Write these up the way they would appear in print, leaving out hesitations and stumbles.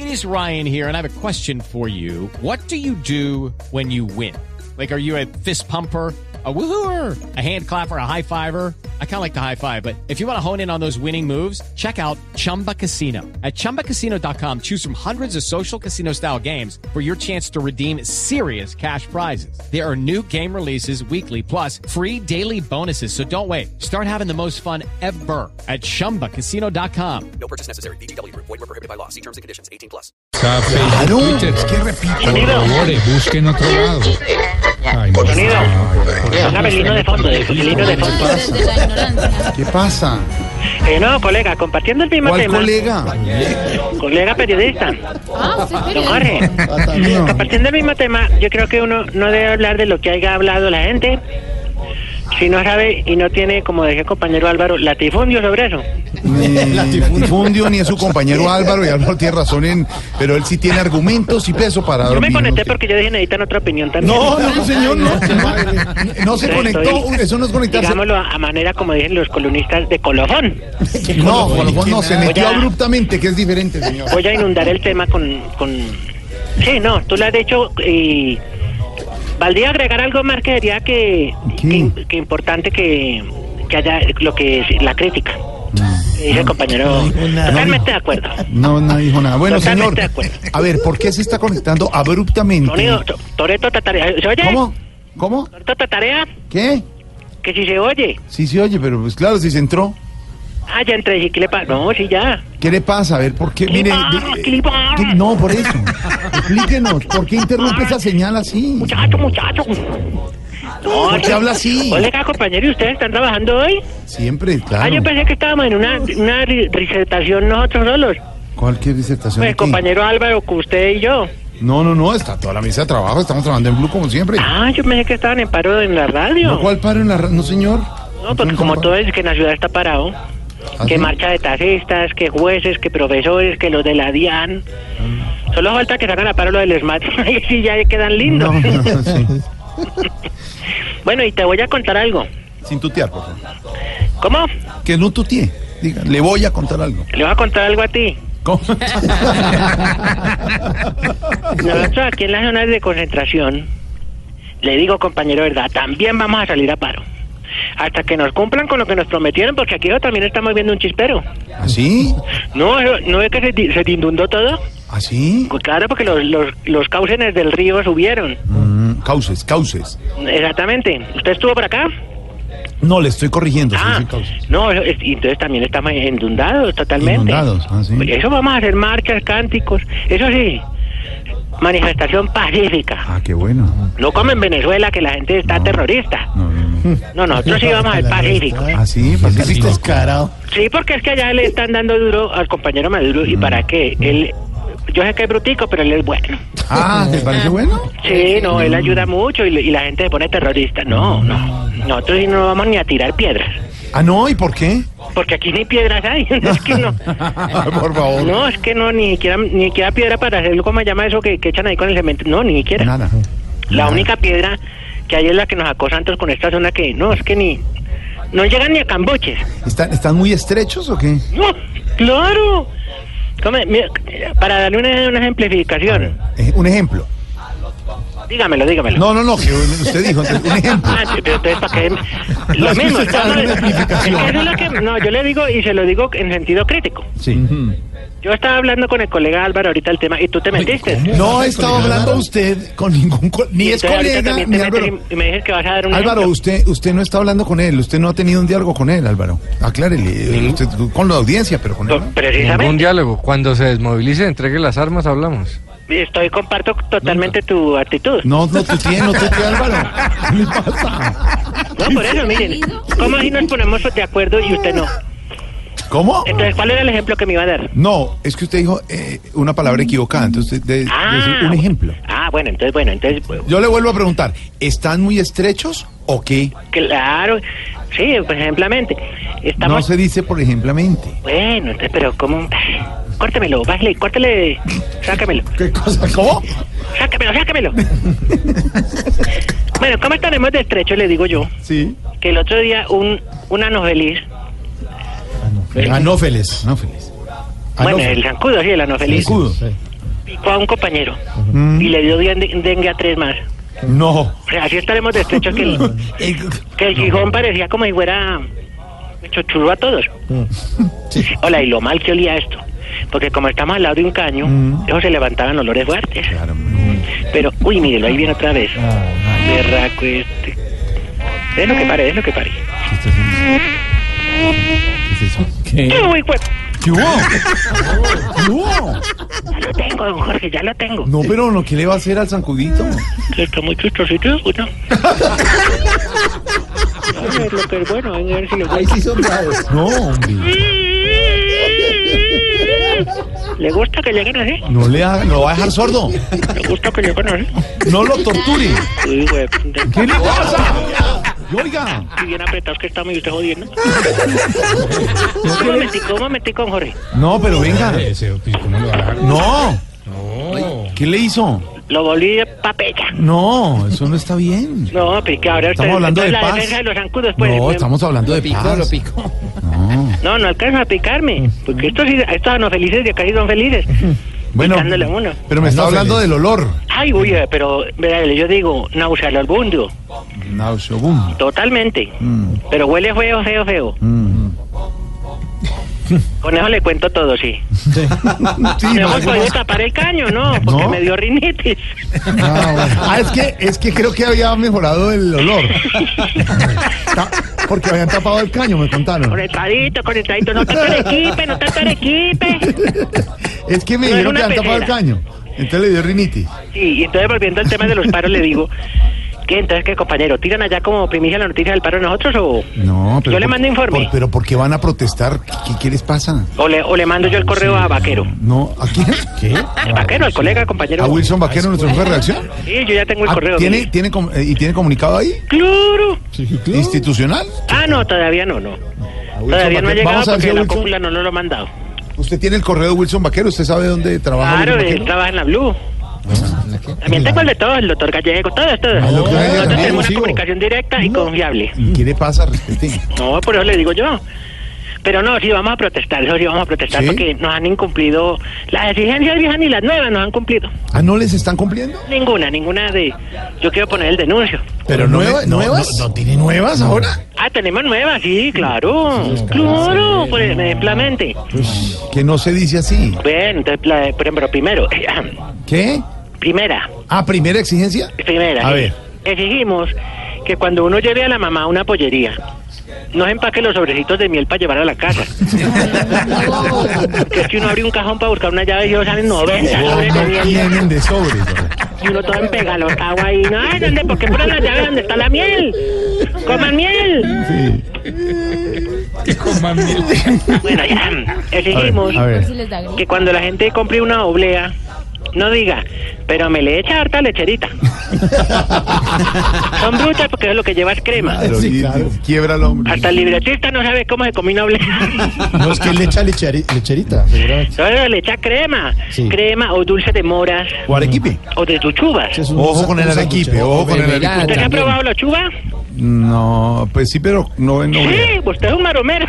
is Ryan here, and I have a question for you. What do you do when you win? Like, are you a fist pumper, a woohooer, a hand clapper, a high fiver? I kind of like the high five, but if you want to hone in on those winning moves, check out Chumba Casino. At ChumbaCasino.com, choose from hundreds of social casino-style games for your chance to redeem serious cash prizes. There are new game releases weekly, plus free daily bonuses. So don't wait. Start having the most fun ever at ChumbaCasino.com. No purchase necessary. VGW Group. Void where prohibited by law. See terms and conditions. 18+. Claro, Twitter. Es que repito, por favor, busquen otro lado. Ay, no. Póngame el himno de fondo, ¿Qué pasa? No, colega, compartiendo el mismo ¿Cuál tema. colega? Periodista. Don Jorge. No. Compartiendo el mismo tema, yo creo que uno no debe hablar de lo que haya hablado la gente. Si no sabe y no tiene, como decía el compañero Álvaro, latifundio sobre eso. Ni latifundio, ni es su compañero Álvaro, y Álvaro tiene razón pero él sí tiene argumentos y peso para Yo me dormir, conecté ¿no? porque yo dije necesitan otra opinión también. No, señor, no se conectó, eso no es conectarse. Digámoslo a manera, como dicen los columnistas, de colofón. No, colofón no, se metió Voy a- abruptamente, que es diferente, señor. Voy a inundar el tema con... Sí, no, tú lo has dicho y... Valdría agregar algo más que sería que importante que haya lo que es la crítica. Dice el compañero. Totalmente de acuerdo. No dijo nada. Bueno, Totalmente señor, de acuerdo. a ver, ¿por qué se está conectando abruptamente? Sonido, Toreto Tatarea. ¿Se oye? ¿Cómo? Toreto Tatarea, ¿Qué? que si se oye. Sí se oye, pero pues claro, si se entró. Ah, ya entré, ¿y qué le pasa? No, sí, ya. ¿Qué le pasa? A ver, ¿por qué? Mire, ¿Qué le pasa? no, por eso. Explíquenos, ¿por qué interrumpe esa señal así? Muchacho. No, ¿Por qué habla así? Oiga, compañero, ¿y ustedes están trabajando hoy? Siempre, claro. Yo pensé que estábamos en una disertación nosotros solos. ¿Cualquier disertación? Pues de el qué? compañero Álvaro, que usted y yo. No, está toda la mesa de trabajo, estamos trabajando en Blue como siempre. Ah, yo pensé que estaban en paro en la radio. ¿No, cuál paro en la no, señor? No, pues como todo es que en la ciudad está parado. ¿Ah, Que sí? marcha de taxistas, que jueces, que profesores, que los de la DIAN. Solo falta que sacan a paro lo del SMAT. Ahí sí ya quedan lindos. No, sí. Bueno, y te voy a contar algo. Sin tutear, por favor. ¿Cómo? Que no tutee. Diga, le voy a contar algo. Le voy a contar algo a ti. ¿Cómo? Nosotros aquí en las zonas de concentración, le digo, compañero, verdad, también vamos a salir a paro. Hasta que nos cumplan con lo que nos prometieron, porque aquí también estamos viendo un chispero. ¿Así? ¿No es que se inundó todo? ¿Así? Pues claro, porque los cauces del río subieron. Cauces. Exactamente. ¿Usted estuvo por acá? No, le estoy corrigiendo. sí, Ah, sí, cauces. no, y entonces también estamos inundados totalmente. Inundados, sí. Eso vamos a hacer marchas, cánticos, eso sí, manifestación pacífica. Ah, qué bueno. No como en Venezuela, que la gente está terrorista. No. No, nosotros sí vamos a ser pacíficos. ¿Ah, sí? ¿Pacífico? Sí, porque es que allá le están dando duro al compañero Maduro. ¿Y para qué? Él, yo sé que es brutico, pero él es bueno. Ah, ¿te parece bueno? Sí, no, él ayuda mucho y la gente se pone terrorista. No. Nosotros sí no vamos ni a tirar piedras. Ah, no, ¿y por qué? Porque aquí ni piedras hay. Es que no. Por favor. No, es que no, ni siquiera piedra para hacerlo, ¿cómo se llama eso que echan ahí con el cemento? No, ni siquiera. Nada. La única piedra que hay es la que nos acosa antes con esta zona que no, es que no llegan ni a Camboches. ¿Están muy estrechos o qué? No, claro. Mira, para darle una ejemplificación. Un ejemplo. Dígamelo. No, que usted dijo, un ejemplo. Ah, pero entonces, ¿para qué? Lo mismo, usted está dando una es que explicación. eso es lo que... No, yo le digo, y se lo digo en sentido crítico. Sí. Yo estaba hablando con el colega Álvaro ahorita el tema, y tú te metiste. No estaba hablando usted con ningún... Ni es Entonces, ahorita colega, también ni te Álvaro. metes y me dices que vas a dar un Álvaro, ejemplo. usted no está hablando con él. Usted no ha tenido un diálogo con él, Álvaro. Aclárele. Usted, con la audiencia, pero con él. ¿no? Ningún Precisamente. diálogo. Cuando se desmovilice, entregue las armas, hablamos. Comparto totalmente tu actitud. No tutee, Álvaro. ¿Qué le pasa? No, por eso, miren. ¿Cómo así nos ponemos de acuerdo y usted no? ¿Cómo? Entonces, ¿cuál era el ejemplo que me iba a dar? No, es que usted dijo una palabra equivocada. Entonces, decir un ejemplo. Bueno, entonces... Yo le vuelvo a preguntar, ¿están muy estrechos o qué? Claro, sí, pues ejemplamente. Estamos... No se dice por ejemplamente. Bueno, entonces, pero ¿cómo? Córtemelo, bájale, córtele, sácamelo. ¿Qué cosa? ¿Cómo? Sácamelo. Bueno, ¿cómo estaremos de estrecho, le digo yo? Sí. Que el otro día un anofeliz... Anófeles. Bueno, el zancudo, sí, el anofeliz. Zancudo. picó a un compañero y le dio dengue a 3 más. No. O sea, así estaremos de estrecho que el Gijón parecía como si fuera hecho churro a todos. Hola, y lo mal que olía esto. Porque como estamos al lado de un caño, eso se levantaban olores fuertes. Claro. Pero, uy, mírelo, ahí viene otra vez. Berraco este. Es lo que pare. ¿Qué? Uy, pues. ¿Qué hubo? ¿Qué hubo? Ya lo tengo, don Jorge, ya lo tengo. No, pero no, ¿qué le va a hacer al zancudito? Que está muy chistosito, ¿no? A ver lo que es bueno, a ver si lo Ahí sí son bravos. No, hombre. ¿Le gusta que lleguen así? No lo va a dejar sordo. ¿Le gusta que lleguen así? No lo torture. Uy, güey. ¿Qué le pasa? Oiga. Y bien apretados que estamos y usted jodiendo. Un momentico, Jorge. No, pero venga. ¿Cómo lo va a dejar? No. ¿Qué le hizo? Lo volví de papella. No, eso no está bien. No, pero que ahora Estamos hablando de la paz. defensa de los zancudos, pues. No, estamos hablando de paz. Lo picó. No alcanza a picarme. Porque estos no felices de acá sí son felices. Bueno, Picándole a uno. pero me está hablando del olor. Ay, uy, pero yo digo, nauseabundo. Nauseabundo. Totalmente. Pero huele feo. Con eso le cuento todo, sí. Sí, No hemos no, podido tapar el caño, ¿no? Porque ¿No? me dio rinitis. Es que creo que había mejorado el olor. Porque habían tapado el caño, me contaron. Conectadito. No tanto Arequipe. Es que me No, es dijeron que una habían tapado el pecera. caño. Entonces le dio rinitis. Sí, y entonces volviendo al tema de los paros, le digo, ¿qué, compañero? ¿Tiran allá como primicia la noticia del paro nosotros o...? No, pero... Yo le mando informe. Pero ¿por qué van a protestar? ¿Qué les pasa? O le mando yo el correo a Vaquero. No, ¿a quién? ¿Qué? Al Vaquero, al colega, compañero. ¿A Wilson Vaquero, nuestro jefe de redacción? Sí, yo ya tengo el correo. ¿Tiene comunicado ahí? ¡Claro! ¿Institucional? Ah, no, todavía no. Todavía no ha Vaquero. llegado Vamos a ver porque si la Wilson- cúpula no nos lo ha mandado. ¿Usted tiene el correo de Wilson Vaquero? ¿Usted sabe dónde trabaja Claro, Wilson él Vaquero? trabaja en la Blue. También tengo el de todos, el doctor Gallego, todos. doctor Gallego Nosotros también, tenemos sí, una comunicación directa y confiable. ¿Y qué le pasa? Respete. No, por eso le digo yo. Pero no, sí vamos a protestar, ¿Sí? porque nos han incumplido las exigencias viejas ni las nuevas nos han cumplido. ¿Ah, no les están cumpliendo? Ninguna de... Yo quiero poner el denuncio. Pero ¿Nuevas? ¿No tiene nuevas ahora? Ah, tenemos nuevas, sí, claro, por ejemplamente. Que no se dice así. Bueno, entonces, por ejemplo, ¿Qué? primera, ¿Primera exigencia? A ver. exigimos que cuando uno lleve a la mamá a una pollería, no se empaque los sobrecitos de miel para llevar a la casa. Porque es que uno abre un cajón para buscar una llave y ellos salen 90 sobres de No miel. tienen de sobres. Y uno todo empegalotado ahí. No, ¿dónde? ¿Por qué ponen la llave donde está la miel? ¡Coman miel! Sí. Bueno, ya, exigimos A ver. que cuando la gente compre una oblea, no diga, pero me le echa harta lecherita. Son brutas porque lo que lleva es crema. Claro, Sí, claro. Quiebra el hombre. Hasta el libretista no sabe cómo se come una oblea. No, es que él le echa lecherita, seguramente. Solo le echa crema. Sí. Crema o dulce de moras O arequipe. o de tuchubas. Es un Ojo con el sándwich. arequipe, ojo con el Mermelada. arequipe. ¿Usted ha también. probado la chuba? No, pues sí, pero no en oblea. Sí, usted es un maromero.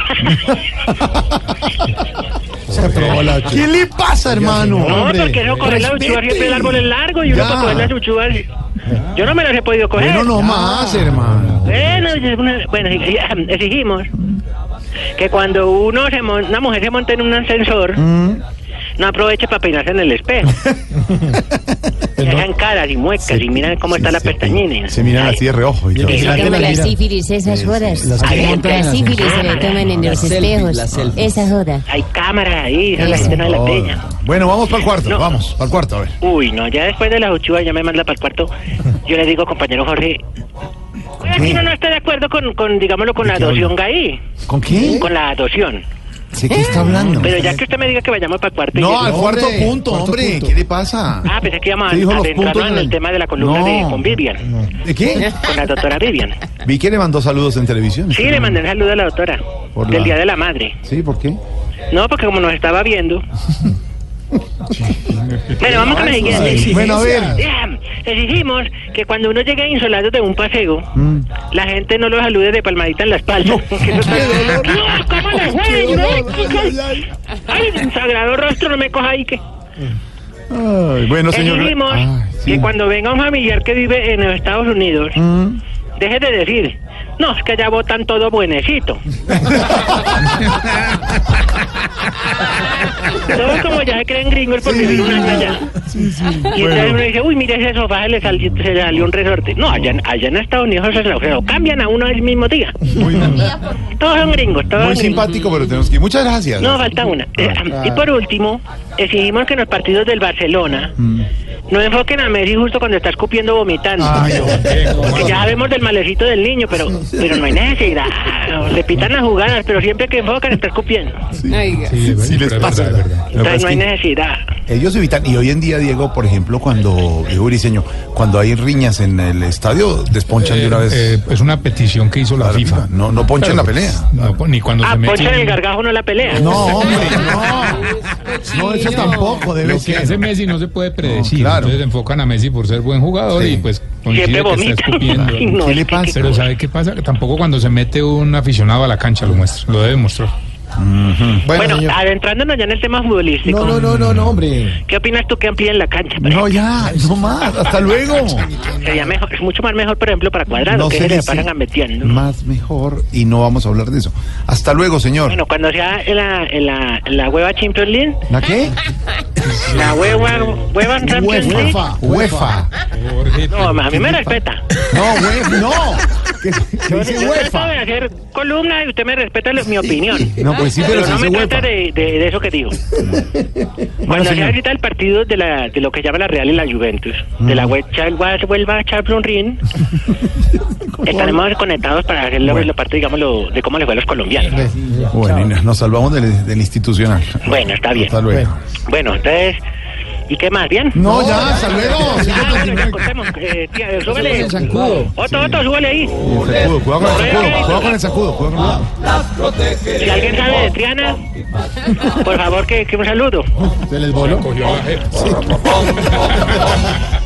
Se probó la ¿Qué le pasa, hermano? No, Hombre, porque no coger la respete. uchuva siempre el árbol es largo y uno Ya. para coger las uchuvas. Yo no me las he podido coger. Bueno, no más, hermano. Bueno, exigimos que cuando una mujer se monte en un ascensor, no aproveche para peinarse en el espejo. Se dejan caras y muecas y miran cómo está la pestañina. Se miran así de reojo y todo. Y la Como que la mira. sífilis, esas jodas. las que montan en La las sífilis se le toman en los espejos. Esa joda. Hay cámaras ahí, la gente no la peña. Bueno, vamos para el cuarto, No. vamos, para el cuarto, a ver. Uy, no, ya después de las uchuvas ya me manda para el cuarto. Yo le digo, compañero Jorge, aquí no estoy de acuerdo con digámoslo, con la adopción gay. ¿Con qué? Con la adopción. ¿De qué está hablando? Pero ya que usted me diga que vayamos para el cuarto. No, al y- cuarto Hombre, punto, cuarto hombre. punto. ¿Qué le pasa? Ah, pensé que íbamos ¿Qué dijo a los adentrarnos puntos en el tema de la columna con Vivian. ¿De qué? Con la doctora Vivian. Vi que le mandó saludos en televisión. Sí, le mandé un saludo a la doctora. Por Del la- Día de la Madre. Sí, ¿por qué? No, porque como nos estaba viendo. Bueno, vamos con el siguiente. Bueno, a ver. Ya, exigimos que cuando uno llegue insolados de un paseo, la gente no lo salude de palmadita en la espalda. Que eso está- ¡No, cómo le fue! Ay, un sagrado rostro, no me coja ahí que... Ay, bueno, señor. Exigimos Sí. que cuando venga un familiar que vive en los Estados Unidos, deje de decir, no, es que allá votan todo buenecito. Todos como ya se creen gringos por vivir un año allá. Y entonces uno dice, uy, mire ese sofá, se le salió un resorte. No, allá en Estados Unidos se lo cambian a uno el mismo día. Todos son gringos, todos Muy son gringos. simpático, pero tenemos que ir. Muchas gracias. No, falta una. Y por último, exigimos que en los partidos del Barcelona no enfoquen a Messi justo cuando está escupiendo vomitando. Que ya sabemos del malecito del niño, pero no hay necesidad. Le pitan las jugadas, pero siempre que enfocan está escupiendo. Sí, les pasa. Lo que pasa Entonces es no hay que necesidad. ellos evitan, y hoy en día, Diego, por ejemplo, cuando, Diego Briseño, cuando hay riñas en el estadio, desponchan de una vez. Es una petición que hizo la FIFA. No ponchan la pelea. No, ni cuando se mete. Ponchan el gargajo, no la pelea. No, hombre, no, eso tampoco debe Lo que ser. hace Messi no se puede predecir. Claro. Entonces enfocan a Messi por ser buen jugador Sí. y pues Siempre coincide que está vomita. escupiendo. Ay, no, ¿Qué le es que- pasa? Pero ¿sabe qué pasa? Que tampoco cuando se mete un aficionado a la cancha lo muestra, lo debe mostrar. Bueno, señor. adentrándonos ya en el tema futbolístico. No, hombre. ¿Qué opinas tú que amplíen la cancha? por No, ejemplo? ya, no más, hasta luego. Sería mejor, es mucho más mejor, por ejemplo, para Cuadrado, No que se se le dice pasan metiendo. más mejor y no vamos a hablar de eso. Hasta luego, señor. Bueno, cuando sea en la hueva Champions League, ¿La qué? la hueva Champions League. UEFA. No, a mí me respeta. No. ¿Qué Yo dice trato UEFA? de hacer columna y usted me respeta mi opinión. No, pues sí, pero no si me dice trata UEFA. de eso que digo. Cuando sea señor. ahorita el partido de lo que llama la Real y la Juventus, de la huelva Champions League, estaremos conectados para hacer la parte, digamos, de cómo le fue a los colombianos. Bueno, y nos salvamos del institucional. Bueno, está bien. Hasta luego. Bueno, entonces, ¿y qué más? ¿Bien? No, ya, hasta luego. Bueno, ya contemos. Súbele. Otto, súbele ahí. Cuidado con el sacudo. Cuidado con el sacudo. Si alguien sabe de Triana, por favor, que un saludo. Se les voló. Cogió a la jefa.